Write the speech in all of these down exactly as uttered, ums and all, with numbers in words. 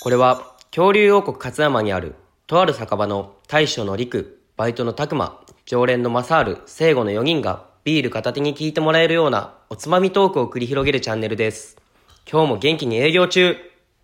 これは恐竜王国勝山にあるとある酒場の大将の陸、バイトの拓磨、常連の正ル、聖護のよにんがビール片手に聞いてもらえるようなおつまみトークを繰り広げるチャンネルです。今日も元気に営業中。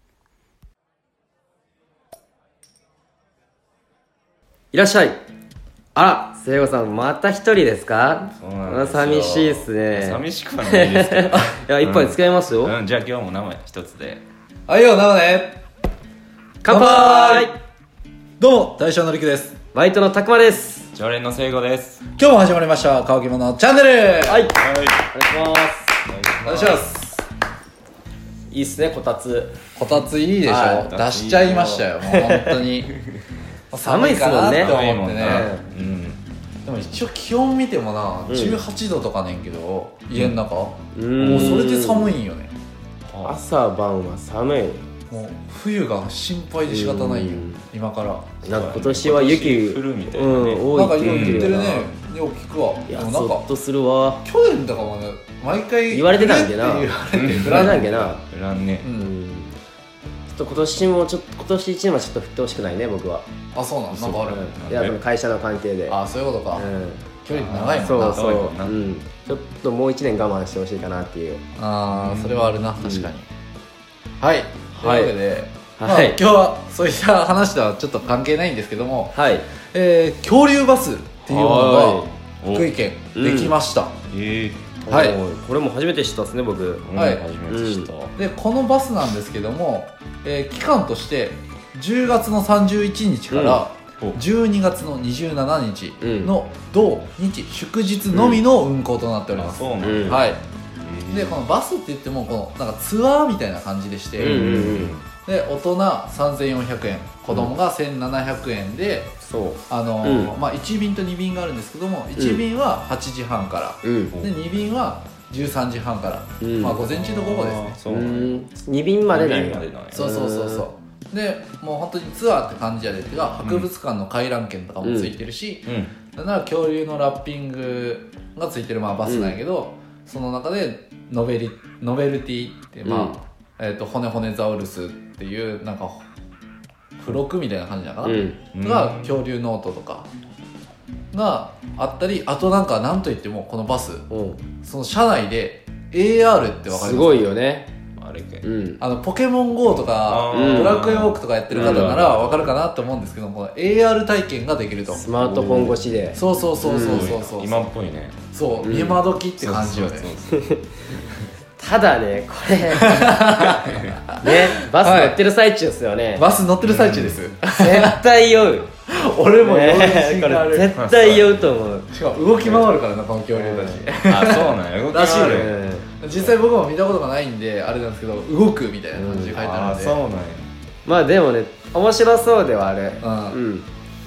いらっしゃい。あら、聖護さんまた一人ですか？ そうなんですよ。 寂しいっすね。 寂しくはないですけどいや、一杯使いますよ、 うんうん、じゃあ今日も生一つで。 はいよ、生ね。 乾杯。 どうも、大将のりくです。 バイトの拓磨です。 常連の聖護です。 今日も始まりました乾き物チャンネル。はい、 はい、お願いします。 お願いします。 いいっすね、こたつ。 こたついいでしょ、 は出しちゃいましたよ、もう本当に寒いっすもんね。 寒いかなって思ってね、 うん、 でも一応気温見てもな、 うん、 じゅうはちどとかねんけど、家の中、 うん、 もうそれで寒いんよね。 朝晩は寒い。 もう冬が心配で仕方ないよ、今から。 なんか今年は雪降るみたいなね、 うん、多いなんかって言言ってるね、 うよく聞くわ。 いや、 でもなんかゾッとするわ。 去年とかもね、毎回言われてたんけな。 言われて言われたんけな。 降らんね、 ううんん、ちょっと今年もちょっと今年一年はちょっと降ってほしくないね、僕は。 あ、そうなん、なんかある。 いや、その会社の関係で。 あ、そういうことか、 うん、 距離長いもんな。 そうそう、 長いもんな、 うん、ちょっともう一年我慢してほしいかなっていう。 ああ、それはあるな、確かに。はい、とはいいうわけで、まあ、 はい今日はそういった話とはちょっと関係ないんですけども、 はい、 えー、恐竜バスっていうのはが福井県できました。 ええはい、 おー、これも初めて知ったですね、僕。 ー、 はい初めて知った、 でこのバスなんですけども、えー期間としてじゅうがつのさんじゅういちにちからうんじゅうにがつのにじゅうしちにちの同日祝日のみの運行となっております。 あ、そうなんだ、 うんはい、 えーでこのバスって言ってもこのなんかツアーみたいな感じでして、 うんうんうん、 で大人さんぜんよんひゃくえん、子供がせんななひゃくえんで、 そう。 あのーうんまあ、いち便とに便があるんですけども、いち便ははちじはんから、 うん。 でに便はじゅうさんじはんから、 うんまあ、午前中と午後ですね。 うそうなんだ、 ん、に便までないに便までないそうそうそうそうでもう本当にツアーって感じやでてか、博物館の回覧券とかもついてるし、 うん、 なんなら恐竜のラッピングがついてるまあバスなんやけど、その中でノベリノベルティって、まあうんえー、と骨骨ザウルスっていうなんか付録みたいな感じなのかな、 うんが恐竜ノートとかがあったり、あとなんかなんといってもこのバス、 うん、 その車内で エーアール ってわかりますか？ すごいよね。 あれか、 うん、 あのポケモン ゴー とかあードラクエウォークとかやってる方ならわかるかなと思うんですけども、この エーアール 体験ができると。 スマートフォン越しで。 そうそうそうそうそうそう、 今っぽいね。 そう、 うん今時って感じよね。 そうそうそうただね、これね、バス乗ってる最中ですよね。 バス乗ってる最中です、 絶対酔う。 俺も酔うね自信がある、 これ絶対酔うと思う。 しかも動き回るからな、この恐竜たち、 あ、そうなんや、動きらしいよ回る。 実際僕も見たことがないんであれなんですけど、動くみたいな感じで書いてあるあ、 んで、 そうなんや。 まあでもね、面白そうではある。 うんうん。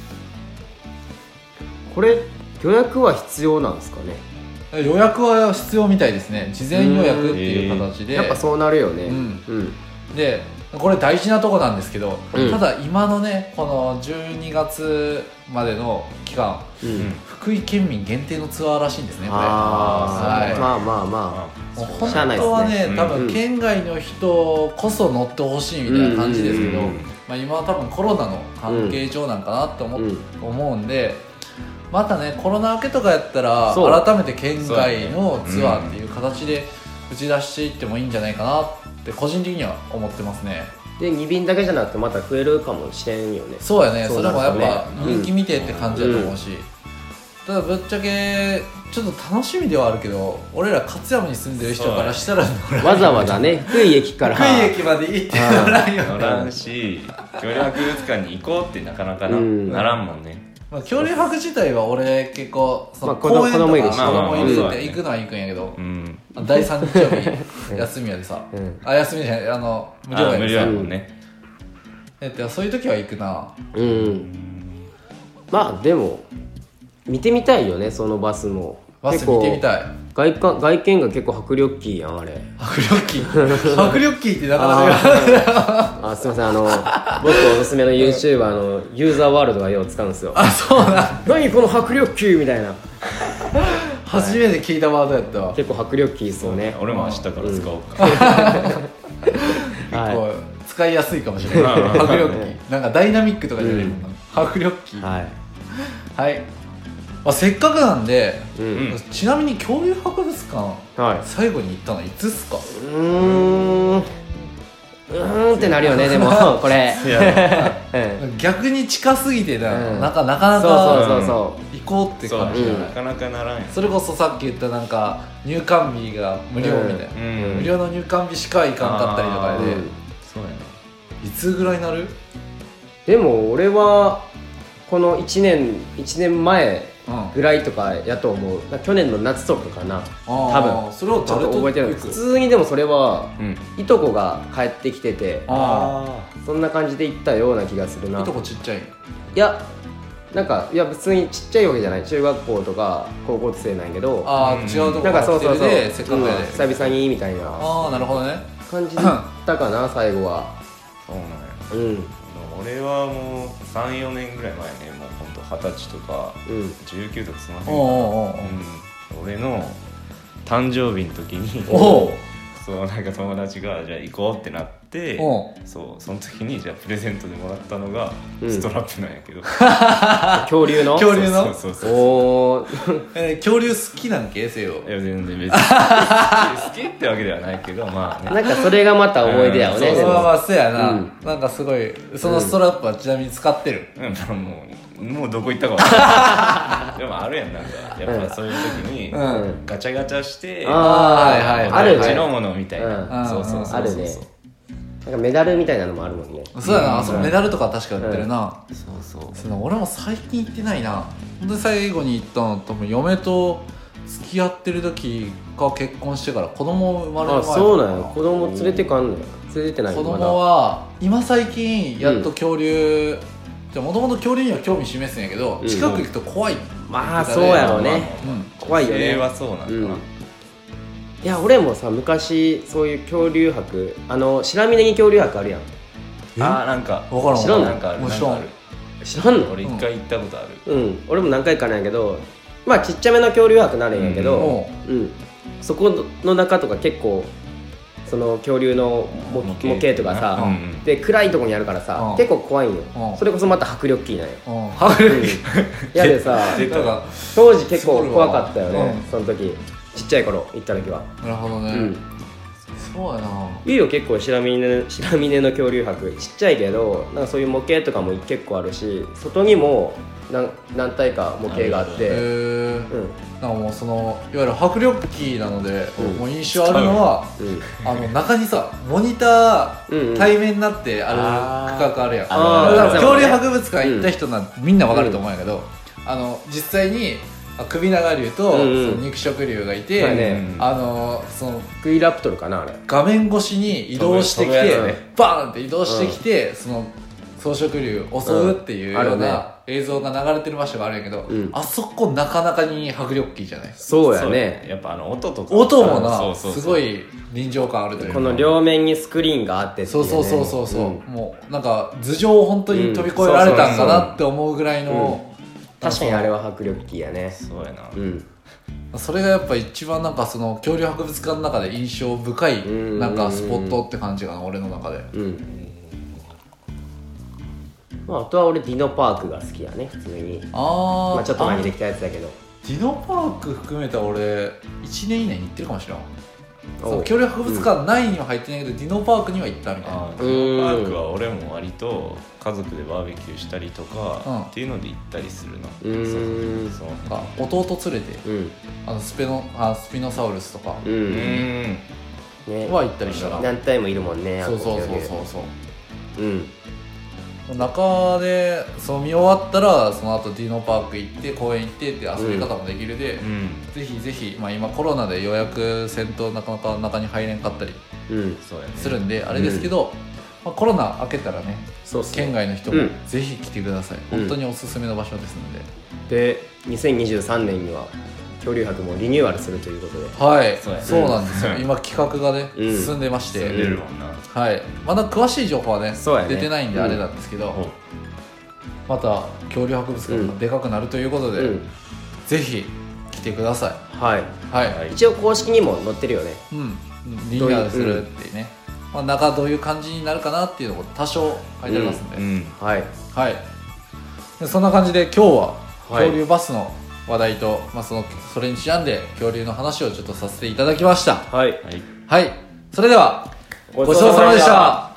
これ予約は必要なんですかね。 予約は必要みたいですね。事前予約っていう形で、 やっぱそうなるよね。 うんうん。 でこれ大事なとこなんですけど、 うんただ今のねこのじゅうにがつまでの期間、 うん。 福井県民限定のツアーらしいんですね、これ。 ああ、 はいまあまあまもうしゃあない本っすね当はね、多うん分県外の人こそ乗ってほしいみたいな感じですけど、 うんうんまあ、今は多分コロナの関係上なんかなって思,、 うん思うんで、またねコロナ明けとかやったらそう改めて県外のツアーっていう形で打ち出していってもいいんじゃないかなって個人的には思ってますね。 あ。で、に便だけじゃなくてまた増えるかもしれんよね。 そうやね、 そそうれもなるとねやっぱ人気見てって感じだと思うし、ただぶっちゃけちょっと楽しみではあるけど、俺ら勝山に住んでる人からしたら乗らないわざわざね、福井駅から。 福井駅まで行って乗らんよ乗らんし、恐竜博物館に行こうってなかなかな、 うんならんもんね。 まあ、恐竜博自体は俺結構そのまあ子供公園とか子供いるし子供いるまあまあって行くのは行くんやけど、 うん。 だいさん日曜日休みやでさ、 うんあ休みじゃないあの無料あ、無料やでさやもんね。 えっとそういう時は行くな。 うん。まあでも見てみたいよね、そのバスも。 バス見てみたい。 外観外見が結構迫力キーやん、あれ。 迫力機迫力機ってなかなかあ、すみません、あの僕おすすめの YouTuber のユーザーワールドがよう使うんですよ。 あ、そうなん何この迫力キーみたいな。 初めて聞いたワードやったわ。 結構迫力キーですよね。 俺も明日から使おうか。 はこう使いやすいかもしれない迫力機なんかダイナミックとかじゃないもんな、うん、迫力機はいはい、まあ、せっかくなんで、 うん、 ちなみに恐竜博物館、 はい、 最後に行ったのはいつっすか？ うーんうーんってなるよねでもこれ逆に近すぎてな、 うん、 なんかなかなかそうそうそうそう行こうって感じじゃない、 なかなかならんやそれこそさっき言ったなんか入館日が無料みたいな、 うんうん、 無料の入館日しか行かんかったりとかで、うん、 そうやねいつぐらいになる？ でも俺はこのいちねんいちねんまえぐらいとかやと思う、うん、去年の夏とかかな多分それを誰と覚えてる普通にでもそれは、うん、いとこが帰ってきててあそんな感じで行ったような気がするな。 いとこちっちゃい？ いやなんかいや普通にちっちゃいわけじゃない中学校とか高校生なんやけどああ、うん、違うとこから来てるでせっかくやで、うん、 久々にみたいなああなるほどね感じだったかな最後は。 そうなんやうん俺はもう さん,よ 年ぐらい前ねもうほんとはたちとか、うん、じゅうきゅうとかすまへんかな、うん、俺の誕生日の時におそうなんか友達がじゃあ行こうってなってそうその時にじゃあプレゼントでもらったのがストラップなんやけど、うん、 恐竜の恐竜のそうそうそうそうおえー、恐竜好きなんけせよ。 いや全然別に好きってわけではないけどまあねなんかそれがまた思い出やよね、 うん、そうまあそうやな、うん、なんかすごいそのストラップはちなみに使ってる、 うん、もうもうどこ行ったか分からないでもあるやんなんかやっぱそういう時にガチャガチャして、うん、 ああはいはいあるねのものみたいな、 うん、 そうそうそうそうあるねなんかメダルみたいなのもあるもんね。 そうやな、うん、そのメダルとか確か売ってるな、 うん、そうそうその俺も最近行ってないな。ほんで最後に行ったの多分嫁と付き合ってる時か結婚してから子供生まれる前とか。 あそうなんや子供連れてかんのよ連れてってない子供は今最近やっと恐竜、うんもともと恐竜には興味示すんやけど、うん、近く行くと怖い、うん、 まあそうやろうね、うん、怖いよね。 はそうなんだな、うん、いや俺もさ昔そういう恐竜博あの白峰に恐竜博あるやん。 あーなんか分からん知らんのなんかあるもちろん知らんの俺一回行ったことあるうん、うん、俺も何回かなんやけどまあちっちゃめの恐竜博なるんやけど、うん、うん、そこの中とか結構その恐竜の模型とかさ、うん、で暗いとこにあるからさ、うん、結構怖いんよ、うん、それこそまた迫力機なんよ、うん、 迫力機やでさ当時結構怖かったよね、うん、その時ちっちゃい頃行った時は。 なるほどね、うん、そうやないいよ結構白峰白峰の恐竜博ちっちゃいけどなんかそういう模型とかも結構あるし外にも何, 何体か模型があってへー、うん、なんかもうそのいわゆる迫力機なので、うん、もう印象あるのは、うん、あの中にさモニター、うんうん、対面になってある区画あるやん。あ恐竜博物館行った人な、うん、みんなわかると思うんやけど、うん、あの実際に首長竜と、うんうん、その肉食竜がいて、ね、あのそのクイラプトルかなあれ画面越しに移動してきて、ね、バーンって移動してきて、うん、その草食竜を襲うっていうような映像が流れてる場所があるんやけど、うん、あそこなかなかに迫力機じゃない。 そうやねやっぱあの音とか音もなそうそうそうすごい臨場感あるというかこの両面にスクリーンがあってっていう、ね、 そうそうそうそう、うん、もうなんか頭上を本当に飛び越えられたんかなって思うぐらいの、 うん、確かにあれは迫力機やね。 そうやな、 うん、 それがやっぱ一番なんかその恐竜博物館の中で印象深いなんかスポットって感じかな俺の中で、うんまあ、あとは俺ディノパークが好きやね普通に。 あ、 まあちょっと前にできたやつだけどディノパーク含めた俺いちねん以内に行ってるかもしれん。そう恐竜博物館内には入ってないけど、うん、ディノパークには行ったみたいな。 ディノパークは俺も割と家族でバーベキューしたりとか、うん、っていうので行ったりするの。 うんそうそうそう弟連れて、うん、あのスペノあスピノサウルスとか、うんうんね、は行ったりしたら何体もいるもんね。 そうそうそうそうそう。 うん中でそう見終わったらその後ディノパーク行って公園行ってって遊び方もできるで、うん、ぜひぜひ、まあ、今コロナで予約せんとなかなか中に入れんかったりするんで、うん、あれですけど、うんまあ、コロナ明けたらねそうそう県外の人もぜひ来てください、うん、本当におすすめの場所ですので。 でにせんにじゅうさんねんには恐竜博もリニューアルするということで。 はいそう、そうなんですよ、うん、今企画がね、うん、進んでまして、 出るもんな、 はい、まだ詳しい情報は ね, ね出てないんであれなんですけど、うん、また恐竜博物館がでかくなるということで、うん、ぜひ来てください。 はい、 はい、 一応公式にも載ってるよね。 うんリニューアルするってね、 まあ、中どういう感じになるかなっていうのも多少書いてありますんで、 うんうんはいはいでそんな感じで今日ははい恐竜バスの話題と、まあ、そのそれにちなんで恐竜の話をちょっとさせていただきました。 はいはいはい、それではごちそうさまでした。